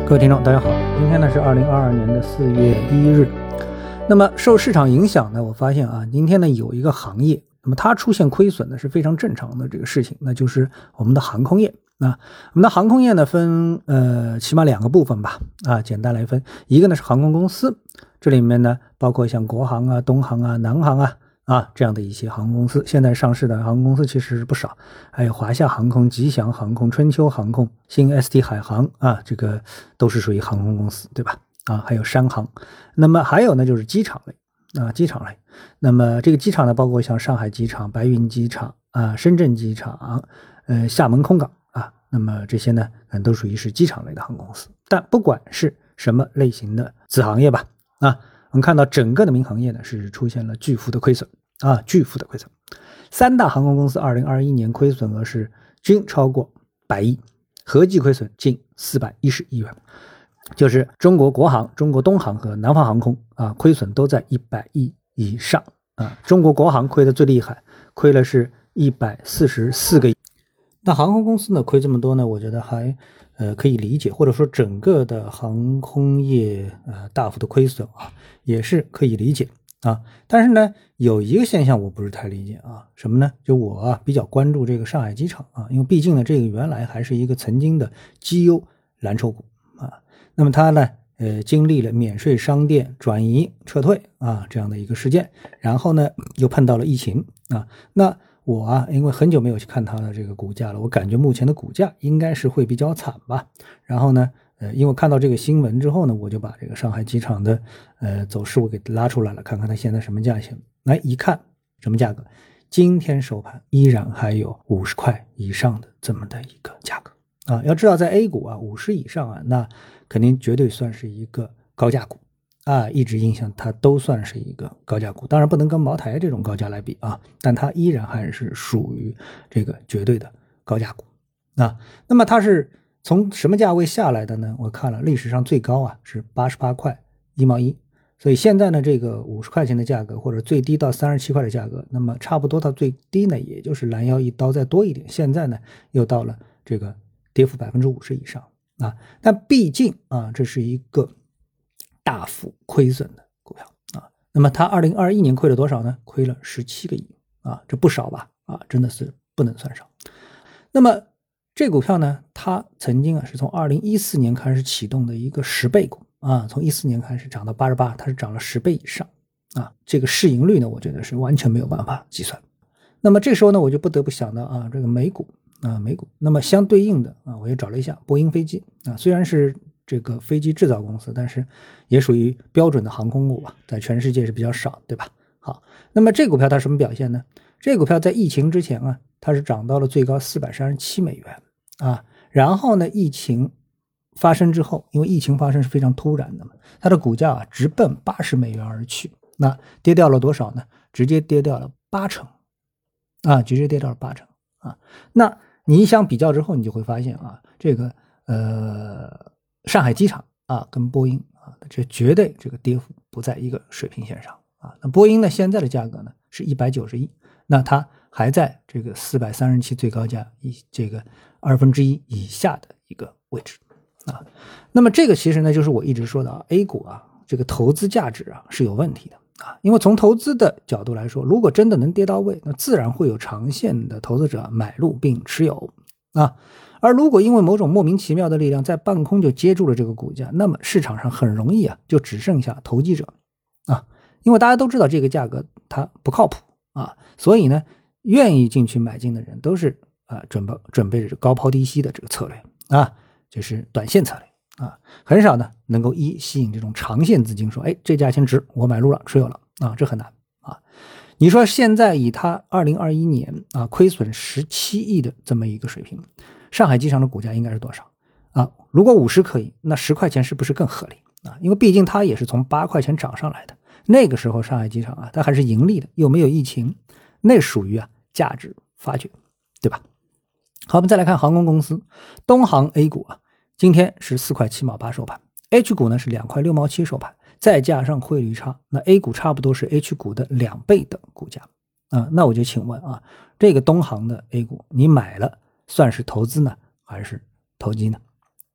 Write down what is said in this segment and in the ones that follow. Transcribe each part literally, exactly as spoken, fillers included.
各位听众大家好，今天呢是二零二二年的四月一日。那么受市场影响呢，我发现啊，今天呢有一个行业，那么它出现亏损呢是非常正常的这个事情，那就是我们的航空业。啊，我们的航空业呢分呃起码两个部分吧，啊，简单来分，一个呢是航空公司，这里面呢包括像国航啊、东航啊、南航啊啊这样的一些航空公司，现在上市的航空公司其实是不少，还有华夏航空、吉祥航空、春秋航空、新 S T 海航啊，这个都是属于航空公司，对吧？啊，还有山航。那么还有呢就是机场类啊，机场类。那么这个机场呢包括像上海机场、白云机场啊、深圳机场、呃厦门空港。那么这些呢，可能都属于是机场类的航空公司，但不管是什么类型的子行业吧，啊，我们看到整个的民航业呢是出现了巨幅的亏损啊，巨幅的亏损。三大航空公司二零二一年亏损额是均超过百亿，合计亏损近四百一十亿元，就是中国国航、中国东航和南方航空啊，亏损都在一百亿以上啊。中国国航亏的最厉害，亏了是一百四十四个亿。那航空公司呢亏这么多呢，我觉得还呃可以理解，或者说整个的航空业呃大幅的亏损啊，也是可以理解啊。但是呢，有一个现象我不是太理解啊，什么呢？就我啊比较关注这个上海机场啊，因为毕竟呢这个原来还是一个曾经的绩优蓝筹股啊，那么它呢呃经历了免税商店转移撤退啊这样的一个事件，然后呢又碰到了疫情啊，那我啊，因为很久没有去看它的这个股价了，我感觉目前的股价应该是会比较惨吧。然后呢，呃，因为看到这个新闻之后呢，我就把这个上海机场的呃走势我给拉出来了，看看它现在什么价钱。来一看，什么价格？今天收盘依然还有五十块以上的这么的一个价格啊。要知道，在 A 股啊，五十以上啊，那肯定绝对算是一个高价股。啊，一直印象它都算是一个高价股，当然不能跟茅台这种高价来比啊，但它依然还是属于这个绝对的高价股啊。那么它是从什么价位下来的呢？我看了历史上最高啊是八十八块一毛一，所以现在呢这个五十块钱的价格或者最低到三十七块的价格，那么差不多到最低呢也就是拦腰一刀再多一点，现在呢又到了这个跌幅百分之五十以上啊。但毕竟啊这是一个大幅亏损的股票啊，那么它二零二一年亏了多少呢？亏了十七个亿啊，这不少吧？啊，真的是不能算少。那么这股票呢，它曾经啊是从二零一四年开始启动的一个十倍股啊，从一四年开始涨到八十八，它是涨了十倍以上啊。这个市盈率呢，我觉得是完全没有办法计算。那么这时候呢，我就不得不想到啊，这个美股啊，美股。那么相对应的啊，我也找了一下波音飞机啊，虽然是这个飞机制造公司，但是也属于标准的航空股吧，在全世界是比较少，对吧？好，那么这股票它什么表现呢？这股票在疫情之前啊，它是涨到了最高四百三十七美元啊，然后呢，疫情发生之后，因为疫情发生是非常突然的嘛，它的股价啊直奔八十美元而去，那跌掉了多少呢？直接跌掉了八成啊，直接跌掉了八成啊。那你一相比较之后，你就会发现啊，这个呃。上海机场啊，跟波音啊，这绝对这个跌幅不在一个水平线上啊。那波音呢，现在的价格呢是一百九十亿，那它还在这个四百三十七最高价以这个二分之一以下的一个位置啊。那么这个其实呢，就是我一直说的啊 A 股啊，这个投资价值啊是有问题的啊。因为从投资的角度来说，如果真的能跌到位，那自然会有长线的投资者买入并持有啊。而如果因为某种莫名其妙的力量在半空就接住了这个股价，那么市场上很容易啊就只剩下投机者啊，因为大家都知道这个价格它不靠谱啊，所以呢愿意进去买进的人都是啊准备准备着高抛低吸的这个策略啊，就是短线策略啊，很少呢能够一吸引这种长线资金说，哎，这价钱值我买入了持有了啊，这很难啊。你说现在以它二零二一年啊亏损十七亿的这么一个水平，上海机场的股价应该是多少啊？如果五十可以，那十块钱是不是更合理啊？因为毕竟它也是从八块钱涨上来的。那个时候上海机场啊，它还是盈利的，又没有疫情，那属于啊价值发掘，对吧？好，我们再来看航空公司，东航 A 股啊，今天是四块七毛八收盘 ，H 股呢是两块六毛七收盘，再加上汇率差，那 A 股差不多是 H 股的两倍的股价啊。那我就请问啊，这个东航的 A 股你买了？算是投资呢还是投机呢啊？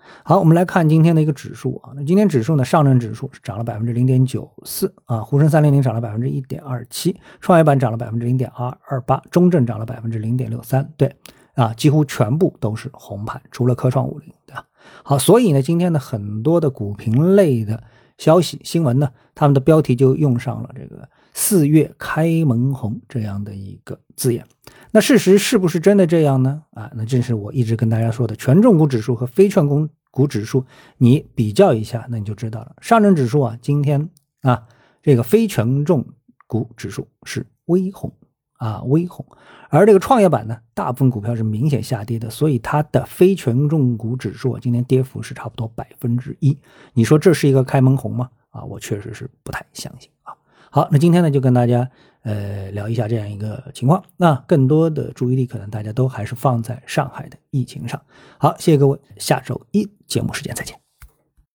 好，我们来看今天的一个指数啊，那今天指数呢，上证指数是涨了 百分之零点九四 啊，沪深三零零涨了 百分之一点二七， 创业板涨了 百分之零点二八， 中证涨了 百分之零点六三， 对啊，几乎全部都是红盘，除了科创五零，对吧？好，所以呢，今天的很多的股评类的消息新闻呢，他们的标题就用上了这个四月开门红这样的一个字眼。那事实是不是真的这样呢？啊，那正是我一直跟大家说的，权重股指数和非权重股指数你比较一下，那你就知道了。上证指数啊，今天啊，这个非权重股指数是微红啊，微红，而这个创业板呢，大部分股票是明显下跌的，所以它的非权重股指数啊，今天跌幅是差不多百分之一。你说这是一个开门红吗？啊，我确实是不太相信啊。好，那今天呢，就跟大家呃聊一下这样一个情况。那更多的注意力可能大家都还是放在上海的疫情上。好，谢谢各位，下周一节目时间再见。